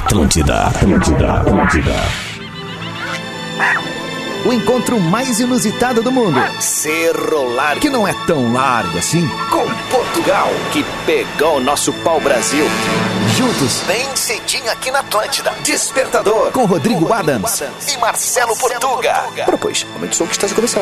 Atlântida. O encontro mais inusitado do mundo. Cerro Largo, que não é tão largo assim. Com Portugal, que pegou o nosso pau-brasil. Juntos, bem cedinho aqui na Atlântida. Despertador, com Rodrigo Adams e Marcelo Portuga. Propôs, aumente o som que está a começar.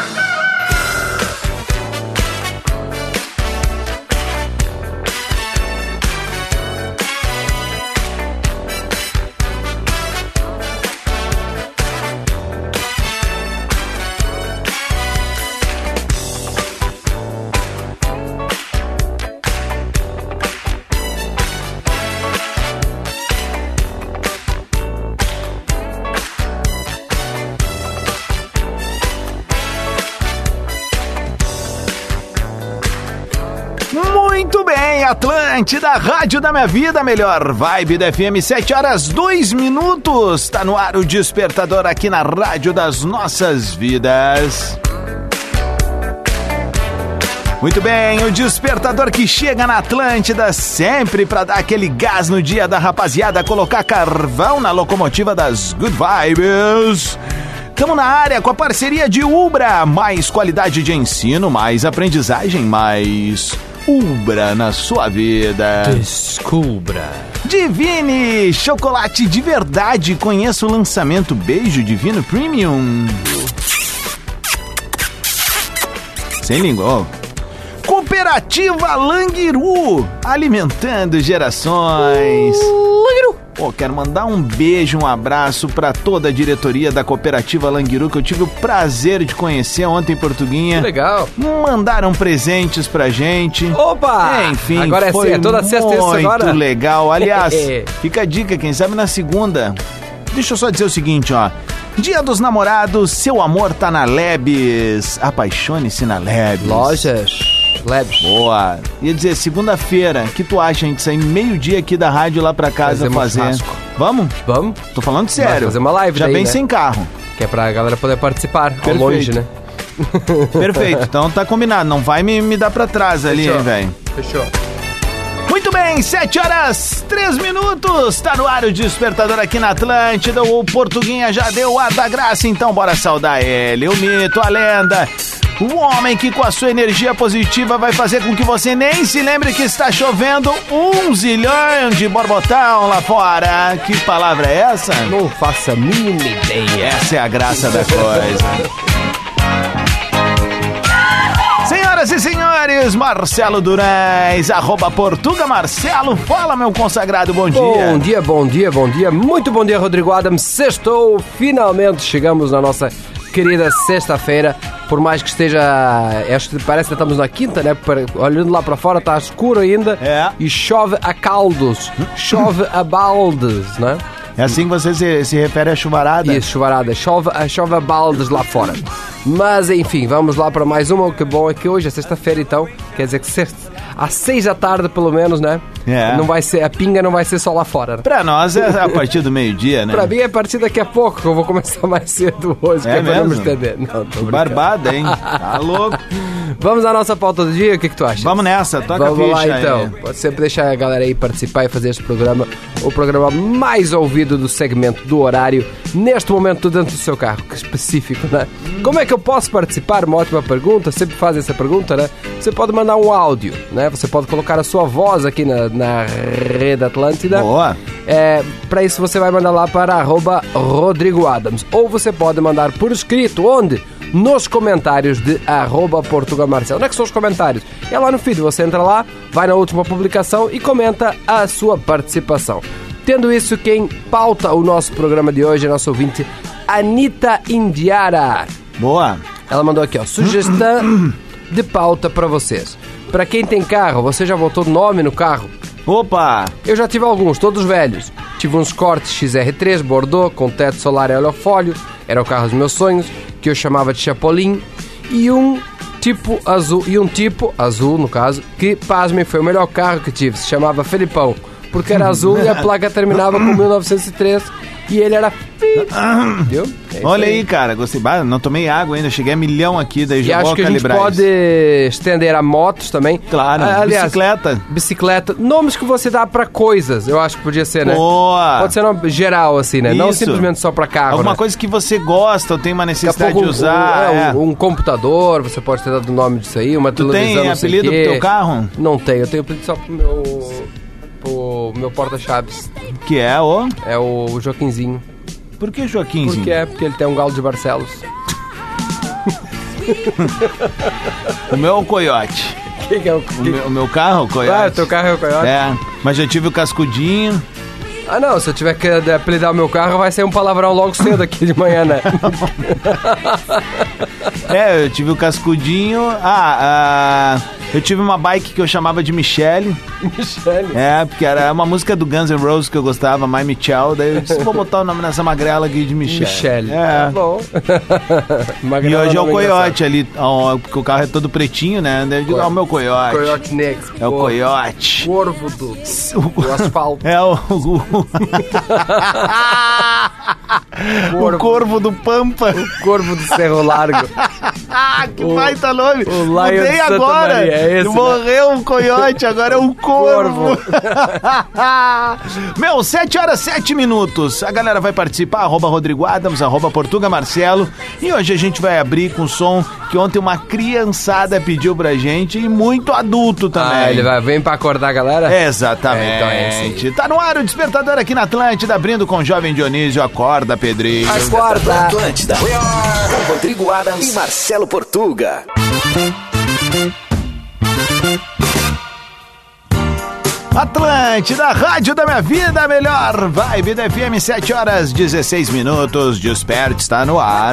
Muito bem, Atlântida, rádio da minha vida, melhor vibe da FM, 7h02. Tá no ar o Despertador aqui na rádio das nossas vidas. Muito bem, o Despertador que chega na Atlântida sempre pra dar aquele gás no dia da rapaziada, colocar carvão na locomotiva das good vibes. Estamos na área com a parceria de Ubra, mais qualidade de ensino, mais aprendizagem, mais Ubra na sua vida. Descubra. Divine, chocolate de verdade. Conheça o lançamento Beijo Divino Premium. Sem língua. Cooperativa Languiru, alimentando gerações. Languiru. Pô, quero mandar um beijo, um abraço para toda a diretoria da Cooperativa Languiru, que eu tive o prazer de conhecer ontem, Portuguinha. Legal. Mandaram presentes pra gente. Opa! Enfim, agora foi é toda sexta e agora. Muito legal. Aliás, fica a dica, quem sabe na segunda. Deixa eu só dizer o seguinte, ó. Dia dos Namorados, seu amor tá na Lebes. Apaixone-se na Lebes. Lojas Lebes. Boa. Ia dizer, segunda-feira, que tu acha a gente sair meio-dia aqui da rádio lá pra casa fazer? Vamos? Vamos? Tô falando sério. Vamos fazer uma live já daí, bem né? Sem carro. Que é pra galera poder participar. Perfeito. Ao longe, né? Perfeito. Então tá combinado. Não vai me dar pra trás ali, Fechou. hein, velho? Fechou. Muito bem, 7h03. Tá no ar o Despertador aqui na Atlântida. O Portuguinha já deu o ar da graça, então bora saudar ele. O mito, a lenda, o homem que com a sua energia positiva vai fazer com que você nem se lembre que está chovendo 1 zilhão de borbotão lá fora. Que palavra é essa? Não faço a mínima ideia. Essa é a graça da coisa. Senhoras e senhores, Marcelo Durães, @PortugaMarcelo. Fala, meu consagrado, bom dia. Bom dia. Muito bom dia, Rodrigo Adams. Sextou, finalmente chegamos na nossa querida sexta-feira. Por mais que esteja, acho que parece que estamos na quinta, né? Olhando lá para fora, está escuro ainda. É. E chove a caldos, chove a baldes, né? É assim que você se refere à chuvarada? Isso, chuvarada. Chove a baldes lá fora. Mas, enfim, vamos lá para mais uma. O que bom é que hoje é sexta-feira, então. Quer dizer que às 6 da tarde, pelo menos, né? É. Não vai ser, a pinga não vai ser só lá fora. Né? Pra nós é a partir do meio-dia, né? Pra mim é a partir daqui a pouco, que eu vou começar mais cedo hoje. É que mesmo? Pra não me estender. Não, tô brincando. Barbada, hein? Tá louco. Vamos à nossa pauta do dia, o que tu acha? Vamos nessa, toca a Vamos ficha lá, então. aí. Pode sempre deixar a galera aí participar e fazer esse programa, o programa mais ouvido do segmento do horário, neste momento dentro do seu carro, que específico, né? Como é que eu posso participar? Uma ótima pergunta, sempre fazem essa pergunta, né? Você pode mandar um áudio, né? Você pode colocar a sua voz aqui na Rede Atlântida. Boa. Para isso você vai mandar lá para @RodrigoAdams. Ou você pode mandar por escrito, onde? Nos comentários de @PortugaMarcelo. Onde é que são os comentários? É lá no feed, você entra lá, vai na última publicação e comenta a sua participação. Tendo isso, quem pauta o nosso programa de hoje é nosso ouvinte Anitta Indiara. Boa. Ela mandou aqui, ó, sugestão de pauta para vocês. Para quem tem carro, você já botou nome no carro? Opa! Eu já tive alguns, todos velhos. Tive uns Corte XR3 Bordeaux com teto solar e olhofólio. Era o carro dos meus sonhos, que eu chamava de Chapolin. E um tipo azul, no caso, que, pasmem, foi o melhor carro que tive. Se chamava Felipão, porque era azul e a placa terminava com 1903 e ele era Viu? Olha aí, cara, gostei. Não tomei água ainda, cheguei a 1 milhão aqui, daí já vou calibrar. E acho que a gente pode estender a motos também. Claro, aliás, bicicleta. Nomes que você dá pra coisas, eu acho que podia ser, né? Boa! Pode ser nome geral, assim, né? Isso. Não simplesmente só pra carro. Alguma né? coisa que você gosta ou tem uma necessidade de usar. Um computador, você pode ter dado o nome disso aí, uma televisão, tem apelido pro teu carro? Não tenho, eu tenho apelido só pro meu porta-chaves. Que é o? É o Joaquinzinho. Por que Joaquinzinho? Porque ele tem um galo de Barcelos. O meu é o Coiote. Quem que é o meu carro é o Coiote. O teu carro é o Coiote? É, mas já tive o Cascudinho. Ah, não, se eu tiver que apelidar o meu carro, vai ser um palavrão logo cedo aqui de manhã, né? Eu tive o Cascudinho. Eu tive uma bike que eu chamava de Michele. Michele? Porque era uma música do Guns N' Roses que eu gostava, My Michelle. Daí eu disse, vou botar o nome nessa magrela aqui de Michele. Michele. Tá bom. E hoje é o Coiote ali, porque o carro é todo pretinho, né? Daí eu digo, o meu Coiote. Coiote Next. É o Coiote. Corvo do asfalto. É o Corvo do Pampa. O Corvo do Cerro Largo. Que baita nome. O Lion Mudei agora. Maria, é esse, morreu o Coiote, agora é um Corvo. 7h07. A galera vai participar, @Rodrigo Adams, @Portuga Marcelo. E hoje a gente vai abrir com um som que ontem uma criançada pediu pra gente e muito adulto também. Ele vem pra acordar a galera? Exatamente. Então é esse. Tá no ar o Despertador aqui na Atlântida, abrindo com o Jovem Dionísio. Acorda, Pedrinho. Acorda. Atlântida. Com Rodrigo Adams e Marcelo Portuga. Atlântida, rádio da minha vida, a melhor vibe da FM, 7h16. Desperte está no ar.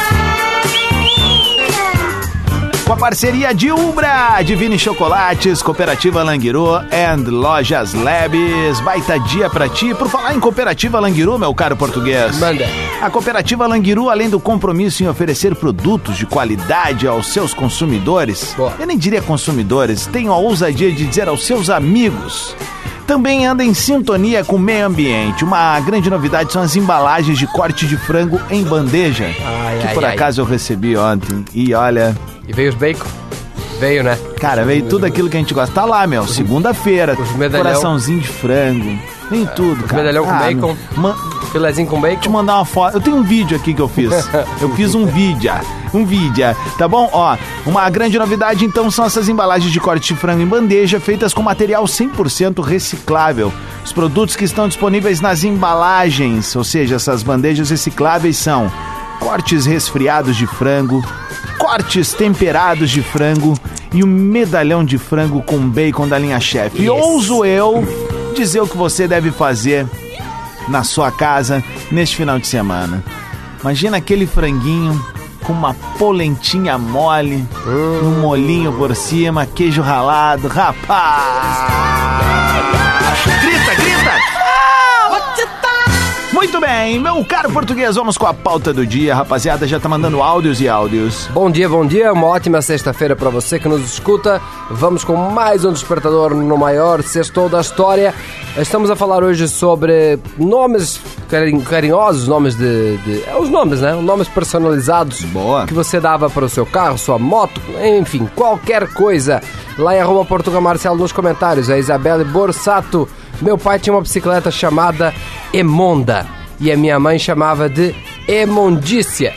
Com a parceria de Umbra, Divine Chocolates, Cooperativa Languiru and Lojas Labs. Baita dia pra ti. Por falar em Cooperativa Languiru, meu caro português. Manda. A Cooperativa Languiru, além do compromisso em oferecer produtos de qualidade aos seus consumidores, eu nem diria consumidores, tem a ousadia de dizer aos seus amigos, também anda em sintonia com o meio ambiente. Uma grande novidade são as embalagens de corte de frango em bandeja, que por acaso eu recebi ontem. E olha... E veio os bacon? Veio, né? Cara, veio tudo aquilo que a gente gosta. Tá lá, meu, segunda-feira, coraçãozinho de frango, nem tudo, cara. Medalhão com bacon, filezinho com bacon. Deixa eu mandar uma foto. Eu tenho um vídeo aqui que eu fiz. Eu fiz um vídeo, tá bom? Ó, uma grande novidade então são essas embalagens de corte de frango em bandeja feitas com material 100% reciclável. Os produtos que estão disponíveis nas embalagens, ou seja, essas bandejas recicláveis são cortes resfriados de frango, cortes temperados de frango e o medalhão de frango com bacon da linha Chef. E ouso eu dizer o que você deve fazer na sua casa neste final de semana. Imagina aquele franguinho com uma polentinha mole, um molhinho por cima, queijo ralado, rapaz! Grita, grita! Muito bem, meu caro português, vamos com a pauta do dia. Rapaziada, já tá mandando áudios e áudios. Bom dia, uma ótima sexta-feira pra você que nos escuta. Vamos com mais um Despertador no maior sextou da história. Estamos a falar hoje sobre nomes carinhosos, nomes os nomes, né? Nomes personalizados. Boa. Que você dava para o seu carro, sua moto, enfim, qualquer coisa. Lá em @Portuga Marcelo nos comentários. A Isabelle Borsato. Meu pai tinha uma bicicleta chamada Emonda e a minha mãe chamava de Emondícia.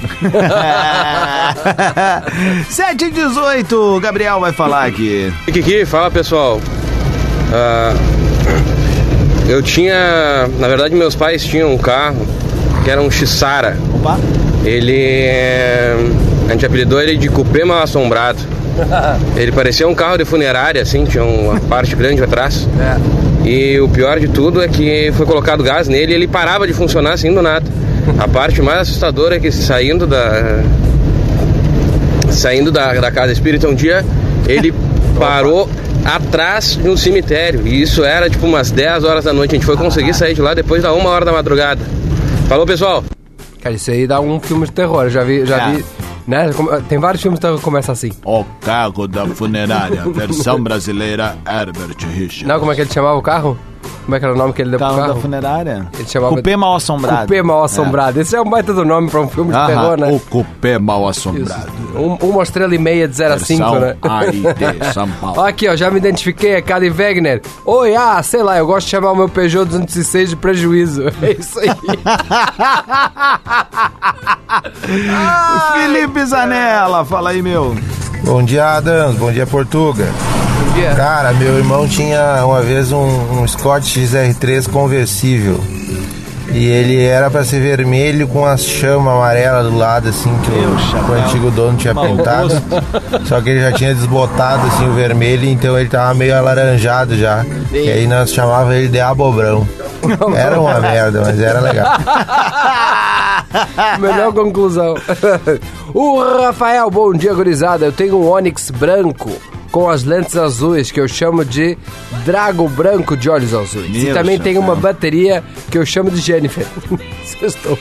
7h18, Gabriel vai falar aqui. Kiki, fala pessoal. Eu tinha, na verdade meus pais tinham um carro que era um Xara. Opa. A gente apelidou ele de Cupê Mal Assombrado. Ele parecia um carro de funerária, assim, tinha uma parte grande atrás. E o pior de tudo é que foi colocado gás nele e ele parava de funcionar assim do nada. A parte mais assustadora é que saindo da casa espírita um dia, ele parou atrás de um cemitério. E isso era tipo umas 10 horas da noite. A gente foi conseguir sair de lá depois da 1h da madrugada. Falou, pessoal! Cara, isso aí dá um filme de terror, já vi, né? Tem vários filmes que começam assim. O carro da funerária, versão brasileira, Herbert Richards. Não, como é que ele chamava o carro? Como é que era o nome que ele deu pro carro? Da funerária? Ele chamava... Cupê Mal Assombrado. Cupê Mal Assombrado. Esse é um baita do nome pra um filme de terror, né? O Cupê Mal Assombrado. Uma estrela e meia de 0 a 5, né? AIT, São Paulo. Aqui, ó, já me identifiquei, é Cali Wegner. Oi, sei lá, eu gosto de chamar o meu Peugeot 206 de prejuízo. É isso aí. Felipe Zanella, fala aí, meu. Bom dia, Adams. Bom dia, Portuga. Bom dia. Cara, meu irmão tinha uma vez um Scott XR3 conversível. E ele era pra ser vermelho com as chamas amarelas do lado, assim, que o antigo dono tinha pintado. Só que ele já tinha desbotado, assim, o vermelho, então ele tava meio alaranjado já. E aí nós chamávamos ele de Abobrão. Era uma merda, mas era legal. Melhor conclusão. O Rafael, bom dia, gurizada. Eu tenho um Onix branco com as lentes azuis, que eu chamo de Drago Branco de olhos azuis. Meu e também tem chapéu. uma bateria que eu chamo de Jennifer. Sextou.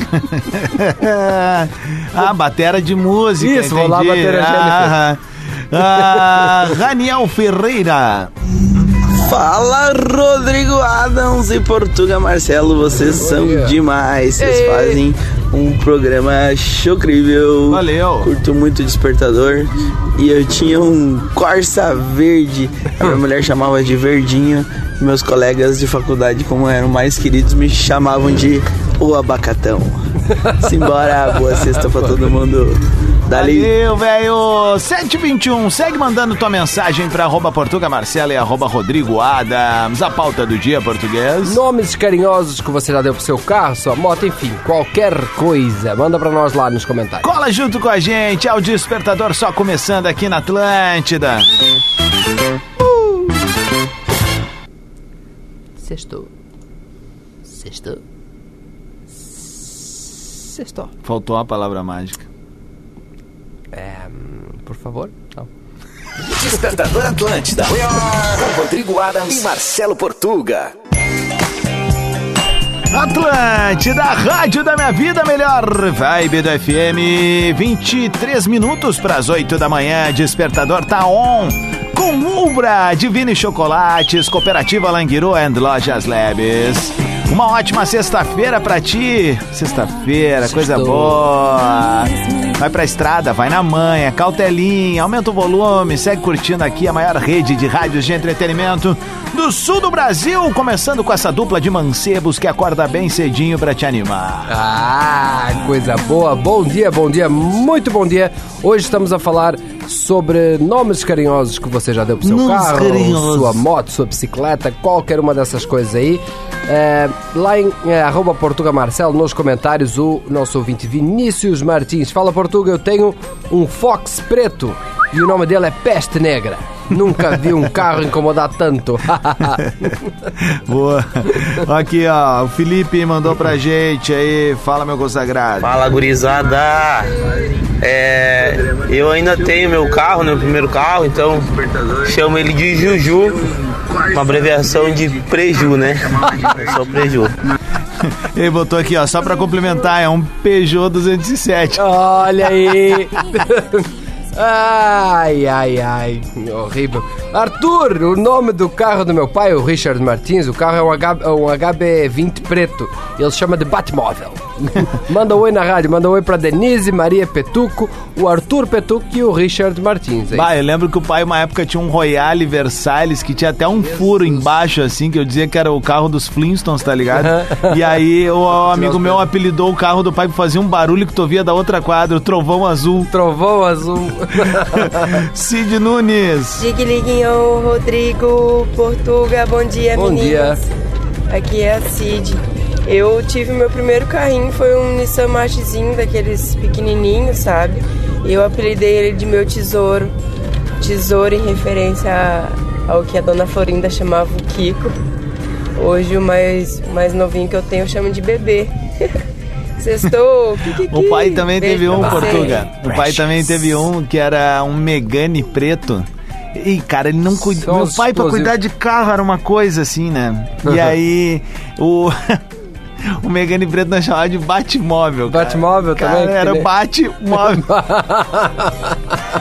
Batera de música. Isso, vou lá bater a Jennifer. Raniel Ferreira. Fala, Rodrigo Adams e Portuga Marcelo, vocês são demais, vocês fazem um programa chocrível. Valeu. Curto muito o Despertador. E eu tinha um Corsa verde, a minha mulher chamava de Verdinho, e meus colegas de faculdade, como eram mais queridos, me chamavam de o Abacatão. Simbora, boa sexta pra todo mundo. Dali. Valeu, velho. 7h21, segue mandando tua mensagem pra @Portuga Marcelo e @Rodrigo Adams. A pauta do dia, português. Nomes carinhosos que você já deu pro seu carro, sua moto, enfim, qualquer coisa. Manda pra nós lá nos comentários. Cola junto com a gente, é o Despertador só começando aqui na Atlântida. Sextou. Faltou uma palavra mágica. Por favor? Não. Despertador Atlântida. Com Rodrigo Adams e Marcelo Portuga. Atlântida, rádio da minha vida, melhor vibe do FM. 23 minutos para as 8 da manhã. Despertador tá on. Com Ubra, Divine Chocolates, Cooperativa Languiru and Lojas Labs. Uma ótima sexta-feira pra ti. Sexta-feira, coisa boa. Vai pra estrada, vai na manha, cautelinha, aumenta o volume, segue curtindo aqui a maior rede de rádios de entretenimento do sul do Brasil, começando com essa dupla de mancebos que acorda bem cedinho pra te animar. Coisa boa. Bom dia, muito bom dia. Hoje estamos a falar sobre nomes carinhosos que você já deu pro seu carro, sua moto, sua bicicleta, qualquer uma dessas coisas aí. Lá em @Portuga Marcelo, nos comentários, o nosso ouvinte Vinícius Martins fala: Portuga, eu tenho um Fox preto e o nome dele é Peste Negra. Nunca vi um carro incomodar tanto. Boa. Aqui, ó, o Felipe mandou pra gente aí. Fala, meu consagrado. Fala, gurizada. Eu ainda tenho meu carro, meu primeiro carro, então chamo ele de Juju, uma abreviação de Preju, né? Eu sou Preju. Ele botou aqui, ó, só pra complementar, é um Peugeot 207. Olha aí. Ai, horrível. Arthur, o nome do carro do meu pai, o Richard Martins, o carro é um HB20 preto. Ele chama de Batmóvel. Manda um oi na rádio, manda um oi pra Denise, Maria Petuco, o Arthur Petuco e o Richard Martins. Eu lembro que o pai, uma época, tinha um Royale Versailles que tinha até um furo embaixo, assim, que eu dizia que era o carro dos Flintstones, tá ligado? E aí o amigo meu apelidou o carro do pai pra fazer um barulho que tu via da outra quadra, o Trovão Azul. Trovão Azul. Cid Nunes. Digliguinho, Rodrigo, Portuga, bom dia, Bom meninas. dia. Aqui é a Cid. Eu tive meu primeiro carrinho, foi um Nissan Marchzinho, daqueles pequenininhos, sabe? Eu apelidei ele de meu tesouro. Tesouro em referência ao que a dona Florinda chamava o Kiko. Hoje o mais novinho que eu tenho eu chamo de bebê. Sextou. O pai também Beijo teve um, pra você. Portuga. O pai também teve um que era um Megane preto. E, cara, ele não cuidava. Meu pai, pra cuidar de carro, era uma coisa assim, né? E aí, o Megane preto nós chamava de Batmóvel. Batmóvel cara, também? Era Batmóvel.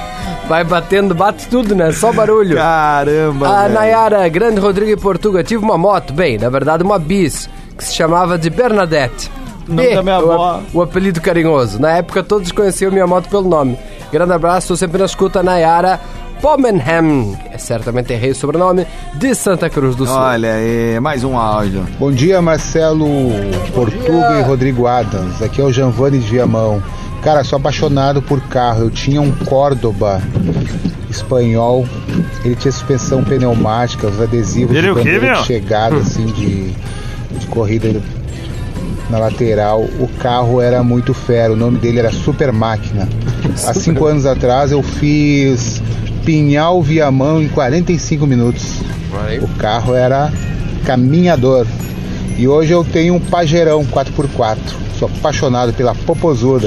Vai batendo, bate tudo, né? Só barulho. Caramba, A velho. Nayara, Grande Rodrigo e Portuga, tive uma moto, bem, na verdade uma bis, que se chamava de Bernadette. Nome da minha avó. O apelido carinhoso. Na época todos conheciam minha moto pelo nome. Grande abraço, estou sempre na escuta, Nayara Pomenham, certamente errei o sobrenome, de Santa Cruz do Sul. Olha aí, mais um áudio. Bom dia, Marcelo, Portuga e Rodrigo Adams. Aqui é o Giovanni de Viamão. Cara, sou apaixonado por carro. Eu tinha um Córdoba espanhol. Ele tinha suspensão pneumática, os adesivos Ele de o quê, bandeira meu? de chegada, assim, de corrida na lateral. O carro era muito fero. O nome dele era Super Máquina. Há 5 anos atrás eu fiz Pinhal Viamão em 45 minutos. O carro era caminhador. E hoje eu tenho um Pajeirão 4x4. Sou apaixonado pela popozuda.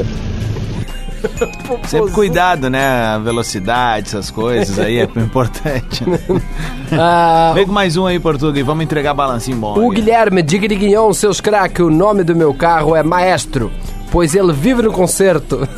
Sempre cuidado, né? A velocidade, essas coisas aí é importante. Né? Vem com mais um aí, Portuga, e vamos entregar balancinho bom. O aí. Guilherme de Griguinhon, seus craques, o nome do meu carro é Maestro, pois ele vive no concerto.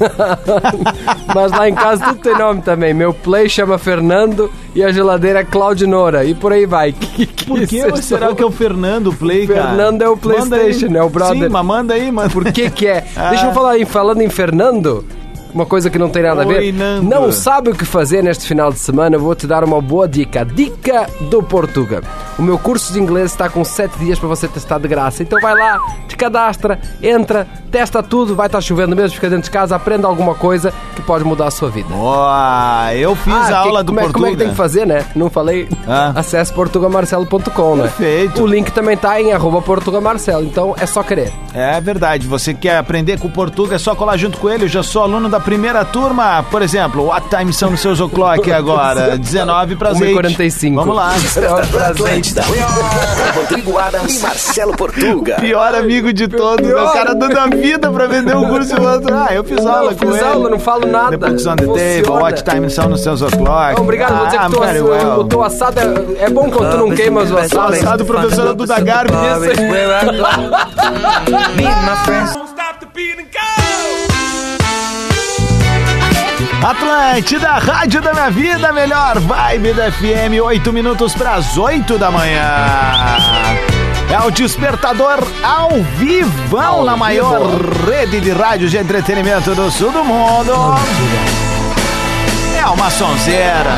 Mas lá em casa tudo tem nome também. Meu play chama Fernando e a geladeira é Claudinora. E por aí vai. Por que será que é o Fernando Play, cara? Fernando é o PlayStation, é o brother. Sim, mas manda aí, mano. Por que é? Deixa eu falar aí, falando em Fernando, uma coisa que não tem nada a ver. Oi, Nando. Não sabe o que fazer neste final de semana? Eu vou te dar uma boa dica. Dica do Portuga. O meu curso de inglês está com 7 dias para você testar de graça. Então vai lá, te cadastra, entra, testa tudo. Vai estar chovendo mesmo, fica dentro de casa, aprenda alguma coisa que pode mudar a sua vida. Ó, eu fiz a aula do Portuga. Como é que tem que fazer, né? Não falei? Acesse portugamarcelo.com, né? Perfeito. O link também tá em @portugamarcelo. Então é só querer. É verdade, você quer aprender com o Portuga, é só colar junto com ele. Eu já sou aluno da primeira turma. Por exemplo, what time são os seus o'clock agora? 19 para 1h45. Vamos lá. Atlântida. Rodrigo Adams e Marcelo Portuga. Pior amigo de todos, né? O cara dando a vida pra vender um curso e o outro. Eu fiz aula com ele. Fiz aula, não falo nada. The books on the table, what time são nos seus o'clock. Não, obrigado, vou dizer que o teu assado é bom quando tu não queimas o assado. Assado, professora Duda Garbi. Isso Atlântida, rádio da minha vida, melhor vibe da FM, 8 minutos para as 8 da manhã. É o Despertador ao vivão na maior rede de rádio de entretenimento do sul do mundo. É uma sonzeira.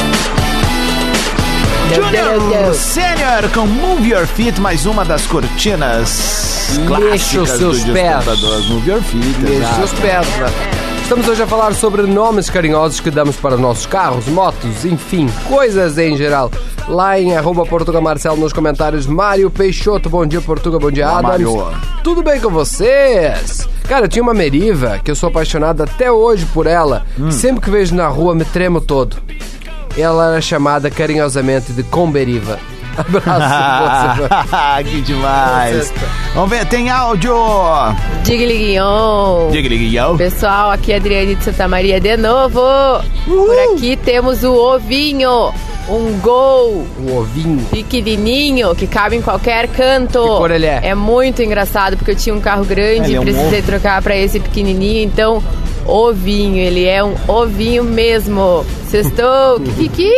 Junior Senior com Move Your Feet, mais uma das cortinas clássicas seus do Despertador. Move Your Feet, Mexe seus pés, né? Estamos hoje a falar sobre nomes carinhosos que damos para nossos carros, motos, enfim, coisas em geral. Lá em @PortugaMarcelo nos comentários, Mário Peixoto, bom dia Portuga, bom dia Adams. Mário. Tudo bem com vocês? Cara, eu tinha uma Meriva, que eu sou apaixonado até hoje por ela. Sempre que vejo na rua me tremo todo. Ela era chamada carinhosamente de Comberiva. Abraço. Que demais. Vamos ver, tem áudio. Digliguion. Pessoal, aqui é Adriane de Santa Maria de novo. Por aqui temos o ovinho. Um Gol. Um ovinho. Pequenininho, que cabe em qualquer canto. Que cor ele é? É muito engraçado, porque eu tinha um carro grande e precisei trocar pra esse pequenininho, então... Ovinho, ele é um ovinho mesmo. Sextou, kikiki.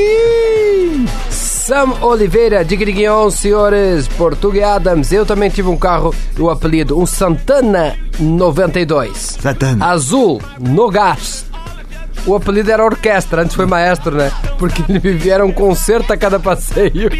Sam Oliveira, de Griguion, senhores Portuga e Adams. Eu também tive um carro, o apelido, um Santana 92. Santana. Azul, no gás. O apelido era orquestra, antes foi maestro, né? Porque ele vivia, era um concerto a cada passeio.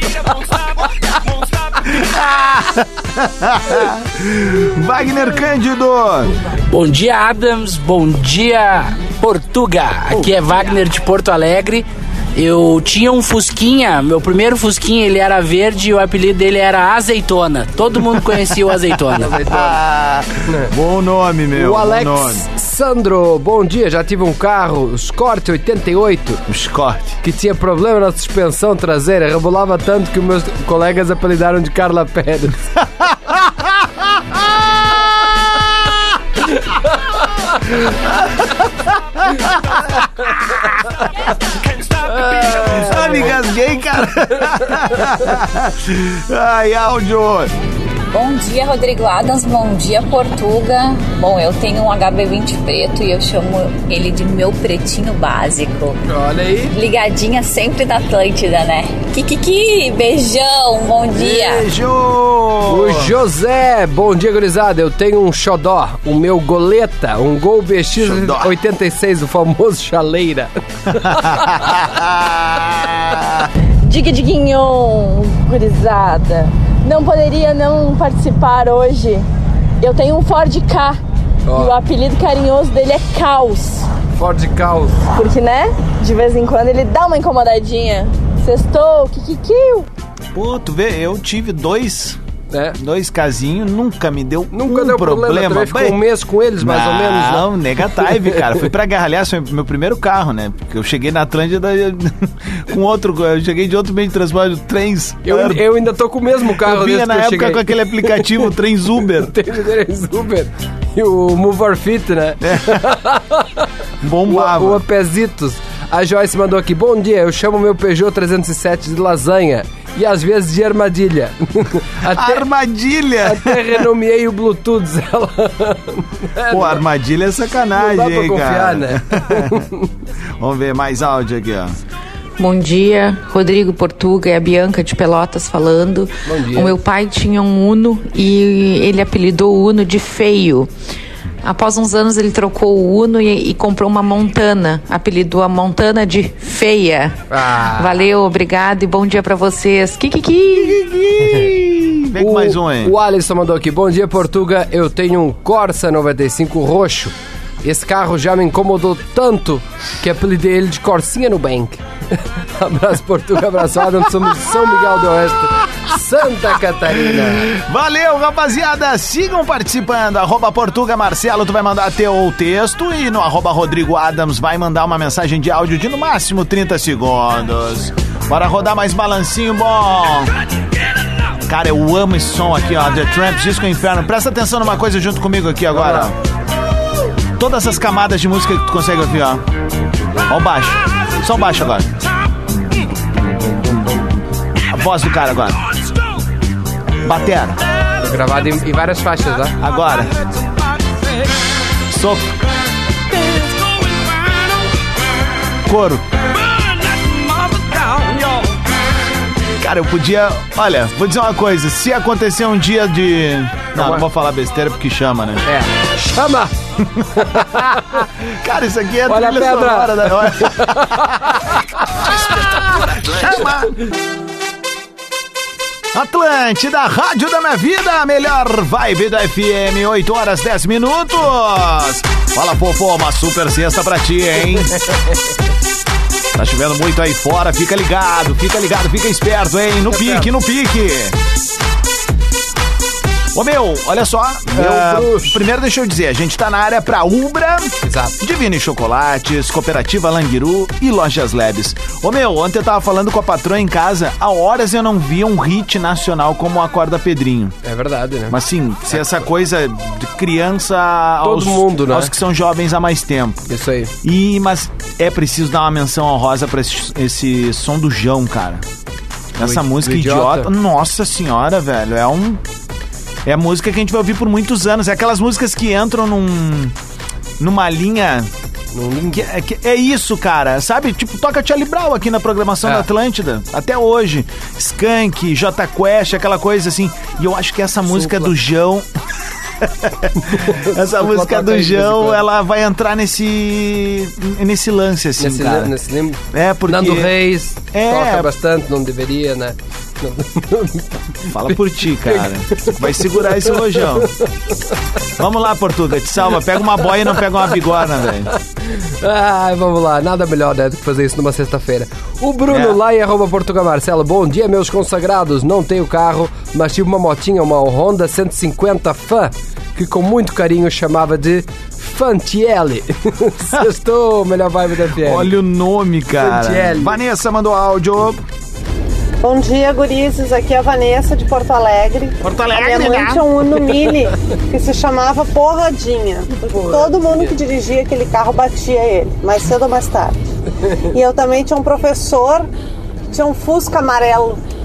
Wagner Cândido. Bom dia, Adams. Bom dia, Portuga. Aqui é Wagner de Porto Alegre. Eu tinha um Fusquinha, meu primeiro Fusquinha, ele era verde e o apelido dele era Azeitona. Todo mundo conhecia o Azeitona. Bom nome, meu. O Alex bom nome. Sandro, bom dia. Já tive um carro, o Escort 88. O Escort. Que tinha problema na suspensão traseira. Rebolava tanto que meus colegas apelidaram de Carla Pérez. Me gasguei, cara. Ai, áudio. Bom dia, Rodrigo Adams. Bom dia, Portuga. Bom, eu tenho um HB20 preto e eu chamo ele de meu pretinho básico. Olha aí. Ligadinha sempre na Atlântida, né? Kikiki, beijão, bom dia. Beijo! O José, bom dia, gurizada. Eu tenho um xodó, o meu goleta, um Gol BX86, o famoso chaleira. Diguinho, gurizada. Não poderia não participar hoje. Eu tenho um Ford K. E o apelido carinhoso dele é Caos. Ford Caos. Porque, né? De vez em quando ele dá uma incomodadinha. Sextou, kikiki. Pô, tu vê, eu tive dois casinhos, nunca me deu deu problema. Ficou um mês com eles, mais ou menos. Não, negative, cara. Fui pra Guerra, aliás, foi meu primeiro carro, né? Porque eu cheguei na Atlântida com outro, eu cheguei de outro meio de transporte, trens. Eu ainda tô com o mesmo carro. Eu vinha na época cheguei com aquele aplicativo, Trens Uber. Trens Uber. E o Move or Fit, né? Bombava. O Apezitos. A Joyce mandou aqui, bom dia, eu chamo meu Peugeot 307 de lasanha e às vezes de armadilha. Armadilha? Até renomeei o Bluetooth dela. Pô, armadilha é sacanagem, não dá pra confiar, cara. né? Vamos ver mais áudio aqui, ó. Bom dia, Rodrigo Portuga e a Bianca de Pelotas falando. Bom dia. O meu pai tinha um Uno e ele apelidou o Uno de feio. Após uns anos ele trocou o Uno e comprou uma Montana, apelidou a Montana de feia. Valeu, obrigado e bom dia pra vocês. Kikiki! Vem com mais um aí. O Alisson mandou aqui, bom dia, Portuga, eu tenho um Corsa 95 roxo. Esse carro já me incomodou tanto que apelidei ele de Corsinha no Bank. Abraço, Portuga, abraço, Adam, somos de São Miguel do Oeste, Santa Catarina. Valeu, rapaziada, sigam participando, @Portuga Marcelo, tu vai mandar teu texto e no @Rodrigo Adams vai mandar uma mensagem de áudio de no máximo 30 segundos. Bora rodar mais balancinho bom. Cara, eu amo esse som aqui, ó, The Tramps, Disco Inferno. Presta atenção numa coisa junto comigo aqui agora, ó. Todas essas camadas de música que tu consegue ouvir, ó. Ó o baixo. Só o baixo agora. A voz do cara agora. Batera. Gravado em várias faixas, tá? Agora. Sopro. Coro. Cara, eu podia... Olha, vou dizer uma coisa. Se acontecer um dia de... Não vou falar besteira porque chama, né? Chama! Cara, isso aqui é olha trilha a pedra. sonora da... Chama! Atlântida, rádio da minha vida, a melhor vibe da FM, 8 horas 10 minutos. Fala, Popô, uma super sexta pra ti, hein? Tá chovendo muito aí fora, fica ligado, fica esperto, hein? No pique, no pique. Ô meu, olha só, primeiro deixa eu dizer, a gente tá na área pra Ubra, exato. Divine e Chocolates, Cooperativa Languiru e Lojas Lebes. Ô meu, ontem eu tava falando com a patroa em casa, há horas eu não via um hit nacional como o Acorda Pedrinho. É verdade, né? Mas sim, se essa coisa de criança todo mundo, né? Aos que são jovens há mais tempo. Isso aí. Mas é preciso dar uma menção honrosa pra esse som do João, cara. Essa música idiota. Nossa senhora, velho, é a música que a gente vai ouvir por muitos anos. É aquelas músicas que entram numa linha... É isso, cara. Sabe? Tipo, toca Charlie Brown aqui na programação da Atlântida. Até hoje. Skank, J Quest, aquela coisa assim. E eu acho que essa música do João... Essa música do João, ela vai entrar nesse lance, assim, cara. Porque... Nando Reis toca bastante, não deveria, né? Fala por ti, cara. Vai segurar esse rojão. Vamos lá, Portuga, te salva. Pega uma boia e não pega uma bigorna, velho. Vamos lá, nada melhor, né, do que fazer isso numa sexta-feira. O Bruno lá em @Portuga Marcelo. Bom dia, meus consagrados. Não tenho carro, mas tive uma motinha, uma Honda 150 Fan, que com muito carinho chamava de Fantiele. Sextou, melhor vibe da FM. Olha o nome, cara. Fantiele. Vanessa mandou áudio. Bom dia, gurizes. Aqui é a Vanessa de Porto Alegre. Porto Alegre, a minha mãe tinha um Uno Mini que se chamava Porradinha. Todo mundo que dirigia aquele carro batia ele, mais cedo ou mais tarde. E eu também tinha um professor que tinha um Fusca amarelo.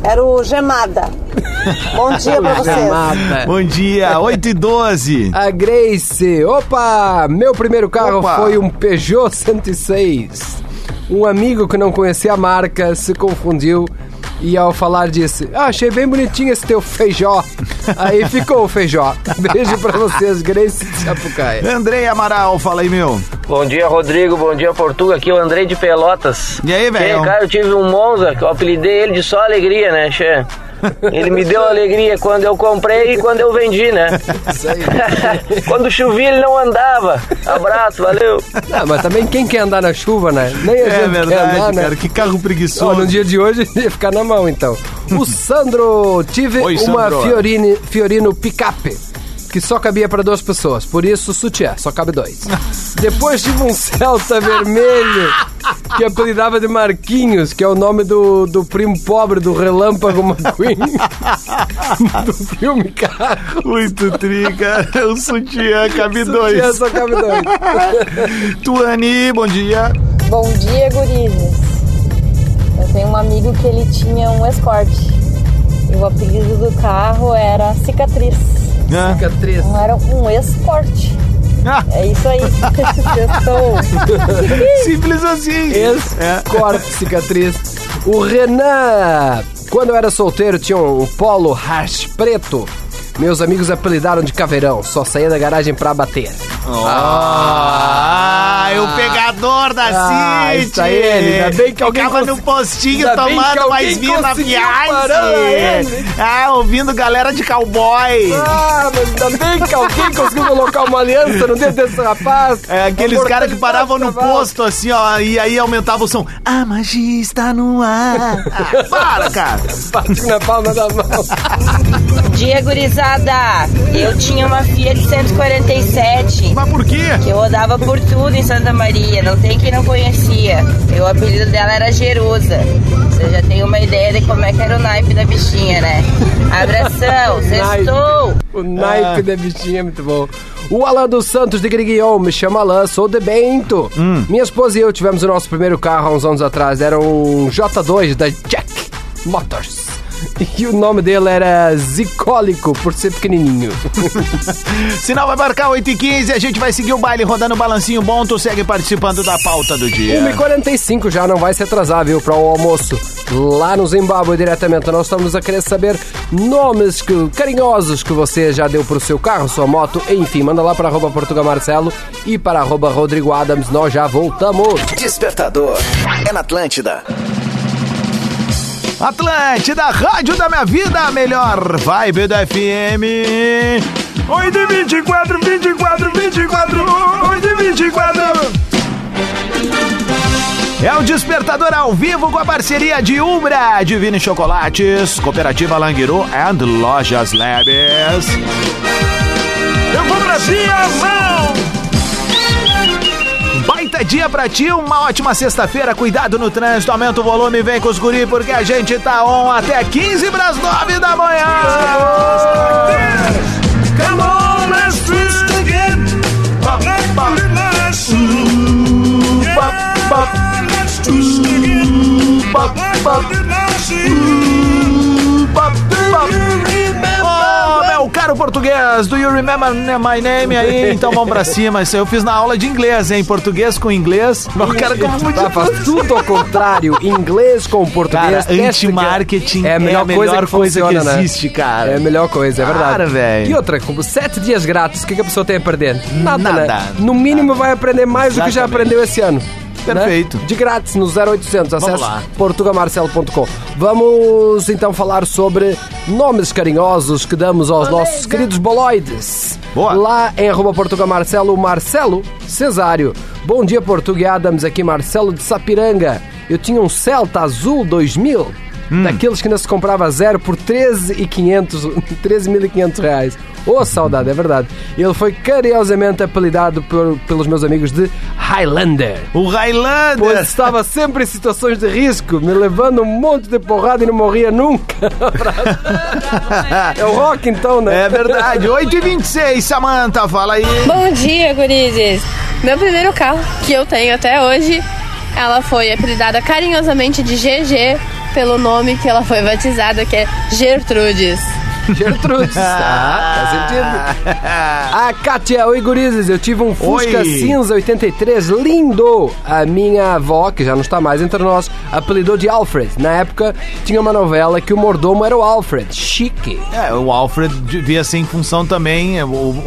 Era o Gemada. Bom dia pra vocês. Gemada. Bom dia, 8h12. A Grace. Opa, meu primeiro carro foi um Peugeot 106. Um amigo que não conhecia a marca se confundiu e ao falar disse: achei bem bonitinho esse teu feijó. Aí ficou o feijó. Beijo pra vocês, Grace de Sapucaia. Andrei Amaral, fala aí, meu. Bom dia, Rodrigo. Bom dia, Portuga. Aqui é o Andrei de Pelotas. E aí, velho? Cara, eu tive um Monza, que eu apelidei ele de Só Alegria, né, Xê? Ele me deu alegria quando eu comprei e quando eu vendi, né? Isso aí. Quando chovia ele não andava. Abraço, valeu. Não, mas também quem quer andar na chuva, né? Nem a gente verdade, quer andar, né? cara, que carro preguiçoso. No dia de hoje ia ficar na mão, então. O Sandro, tive uma Fiorino picape que só cabia para 2 pessoas, por isso sutiã, só cabe 2. Depois tive um Celta vermelho que apelidava de Marquinhos, que é o nome do primo pobre do Relâmpago McQueen do filme Carro. Muito tri, cara. O sutiã cabe 2. Sutiã só cabe 2. Tuane, bom dia. Bom dia, gurizes. Eu tenho um amigo que ele tinha um Escort e o apelido do carro era Cicatriz. Cicatriz. Não era um Escort. É isso aí. Simples assim. Escort, cicatriz. O Renan, quando eu era solteiro, tinha um Polo Hash preto. Meus amigos apelidaram de Caveirão. Só saía da garagem pra bater. O pegador da City. Isso aí, ainda bem que alguém ficava no postinho tomando mais vinho na viagem. Ouvindo galera de cowboy. Mas ainda bem que alguém conseguiu colocar uma aliança no dedo desse rapaz. Aqueles caras que paravam no posto assim, ó, e aí aumentava o som. A magia está no ar. Para, cara. Bate na palma da mão. Bom dia, gurizada. Eu tinha uma Fiat 147. Mas por quê? Que eu rodava por tudo em Santa Maria. Não tem quem não conhecia. O apelido dela era Jerusa. Você já tem uma ideia de como é que era o naipe da bichinha, né? Abração, sextou. O naipe da bichinha é muito bom. O Alan dos Santos de Griguion, me chama Alan, sou de Bento. Minha esposa e eu tivemos o nosso primeiro carro há uns anos atrás. Era um J2 da Jack Motors. E o nome dele era Zicólico, por ser pequenininho. Sinal vai marcar 8h15, a gente vai seguir o baile rodando um balancinho bom. Tu segue participando da pauta do dia. 1h45 já, não vai se atrasar, viu, para o almoço. Lá no Zimbábue, diretamente, nós estamos a querer saber nomes carinhosos que você já deu pro seu carro, sua moto, enfim, manda lá para @PortugaMarcelo e para @Rodrigo Adams, nós já voltamos. Despertador, é na Atlântida. Atlântida, rádio da minha vida, a melhor vibe da FM. 8h24, 8h24. É o Despertador ao vivo com a parceria de Umbra, Divine Chocolates, Cooperativa Languiru and Lojas Labs. Eu vou pra cima! Baita dia pra ti, uma ótima sexta-feira, cuidado no trânsito, aumenta o volume, vem com os guri, porque a gente tá on até 15:09 da manhã. Come on, let's twist again. Let's twist again. Meu caro português, do you remember my name aí? Então vamos pra cima. Isso eu fiz na aula de inglês, hein? Português com inglês. O cara como muito faz tudo ao contrário. Inglês com português. Cara, anti-marketing é a melhor coisa que existe, cara. É a melhor coisa, é verdade. Cara, velho. E outra, como 7 dias grátis, o que a pessoa tem a perder? Nada. Né? No mínimo vai aprender mais do que já aprendeu esse ano. Perfeito. Né? De grátis no 0800, acesse portugamarcelo.com. Vamos então falar sobre nomes carinhosos que damos aos nossos queridos boloides. Boa. Lá em @PortugaMarcelo, Marcelo Cesário. Bom dia, Portuga e Adams, aqui Marcelo de Sapiranga. Eu tinha um Celta Azul 2000, daqueles que ainda se comprava zero por 13.500 reais. Saudade, é verdade. Ele foi carinhosamente apelidado pelos meus amigos de Highlander. O Highlander! Pois estava sempre em situações de risco, me levando um monte de porrada e não morria nunca. É o rock então, né? É verdade. 8h26, Samanta, fala aí. Bom dia, gurizes. Meu primeiro carro, que eu tenho até hoje, ela foi apelidada carinhosamente de GG, pelo nome que ela foi batizada, que é Gertrudes. Gertrudes, faz sentido. A Kátia, oi gurizes, eu tive um Fusca cinza 83 lindo. A minha avó, que já não está mais entre nós, apelidou de Alfred. Na época tinha uma novela que o mordomo era o Alfred, chique. O Alfred devia ser em função também,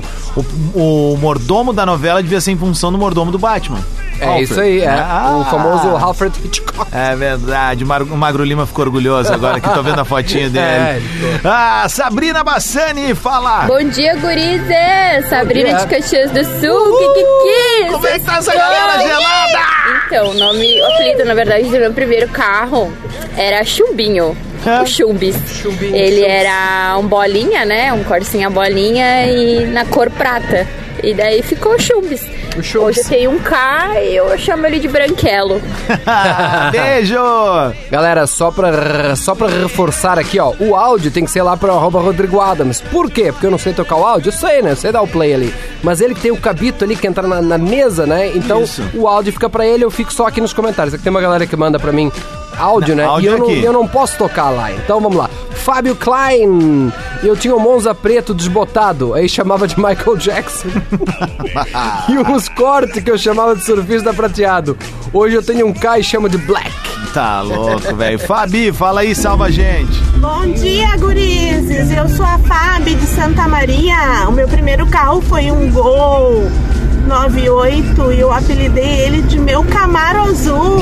o mordomo da novela devia ser em função do mordomo do Batman. Alfred. Isso aí, o famoso Alfred Hitchcock. É verdade, o Magro Lima ficou orgulhoso agora que tô vendo a fotinha dele. Sabrina Bassani, fala! Bom dia, gurizes! Sabrina de Caxias do Sul, Kikiki! Como é que tá essa galera gelada? Então, o apelido, na verdade, do meu primeiro carro era Chumbinho. O Chumbis. Ele era um bolinha, né? Um Corsinha bolinha e na cor prata. E daí ficou o Chumbis. Hoje eu tenho um K e eu chamo ele de Branquelo. Beijo! Galera, só pra reforçar aqui, ó, o áudio tem que ser lá pro @Rodrigo Adams. Por quê? Porque eu não sei tocar o áudio? Eu sei, né? Eu sei dar o play ali. Mas ele que tem o cabito ali que entra na mesa, né? Então o áudio fica pra ele, eu fico só aqui nos comentários. Aqui tem uma galera que manda pra mim áudio, né? Áudio e eu não posso tocar lá. Então vamos lá. Fábio Klein. Eu tinha um Monza preto desbotado, aí chamava de Michael Jackson. E uns cortes que eu chamava de surfista prateado. Hoje eu tenho um K e chamo de Black. Tá louco, velho. Fabi, fala aí, salva a gente. Bom dia, gurizes. Eu sou a Fabi de Santa Maria. O meu primeiro carro foi um Gol 98 e eu apelidei ele de meu Camaro Azul.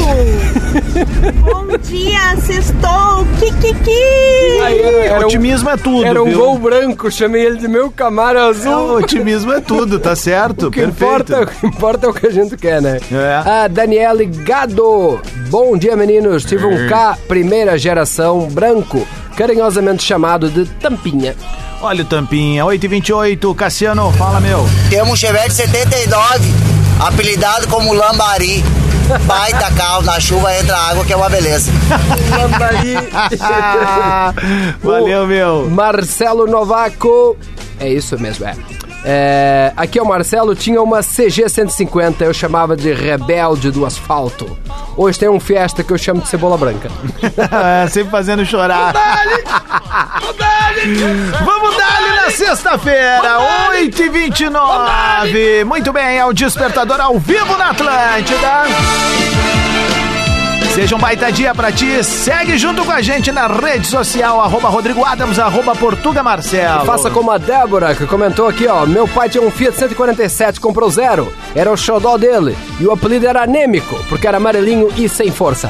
Bom dia, sextou, Kikiki. Otimismo é tudo, Era um Gol branco, chamei ele de meu Camaro Azul. Otimismo é tudo, tá certo? O que importa é o que a gente quer, né? A Daniele Gado. Bom dia, meninos. Tive um K, primeira geração, branco, carinhosamente chamado de Tampinha. Olha o Tampinha, 8h28, Cassiano, fala, meu. Temos um Chevette 79, apelidado como Lambari. Baita carro, na chuva entra água, que é uma beleza. Lambari. Valeu, meu. Marcelo Novaco. É isso mesmo, aqui é o Marcelo, tinha uma CG 150, eu chamava de Rebelde do Asfalto. Hoje tem um Fiesta que eu chamo de Cebola Branca. Sempre fazendo chorar. Vamos dar-lhe na sexta-feira, 8h29. Muito bem, é o Despertador ao vivo na Atlântida. Seja um baita dia pra ti. Segue junto com a gente na rede social, @Rodrigo Adams, @Portuga Marcelo. Faça como a Débora, que comentou aqui, ó. Meu pai tinha um Fiat 147, comprou zero. Era o xodó dele. E o apelido era Anêmico, porque era amarelinho e sem força.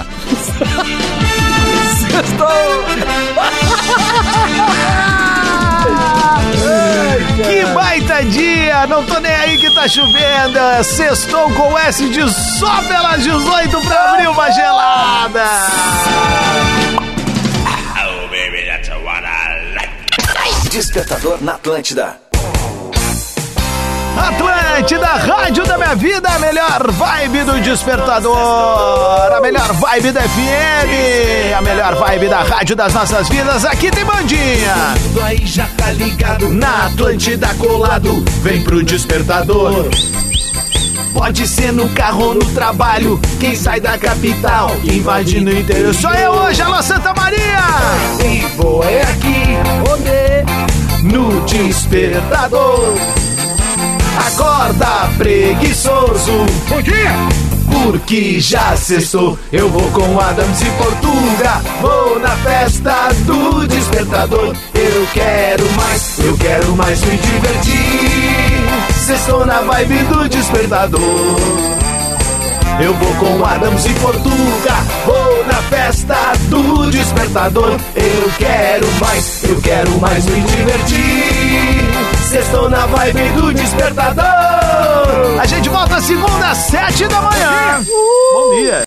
Que baita dia, não tô nem aí que tá chovendo. Sextou com S de só pelas 18 pra abrir uma gelada. Oh, baby, that's what I like. Despertador na Atlântida. Atlântida, rádio da minha vida, a melhor vibe do Despertador, a melhor vibe da FM, a melhor vibe da rádio das nossas vidas. Aqui tem bandinha. Tudo aí já tá ligado, na Atlântida colado, vem pro Despertador. Pode ser no carro ou no trabalho, quem sai da capital, quem vai de no interior. Só eu hoje, alô Santa Maria. E vou é aqui, onde? No Despertador. Acorda preguiçoso. Bom dia! Porque já sextou. Eu vou com Adams e Portuga. Vou na festa do Despertador. Eu quero mais me divertir. Sextou na vibe do Despertador. Eu vou com Adams e Portuga. Vou na festa do Despertador. Eu quero mais me divertir. Sextou na vibe do Despertador. A gente volta segunda às 7 da manhã. Bom dia.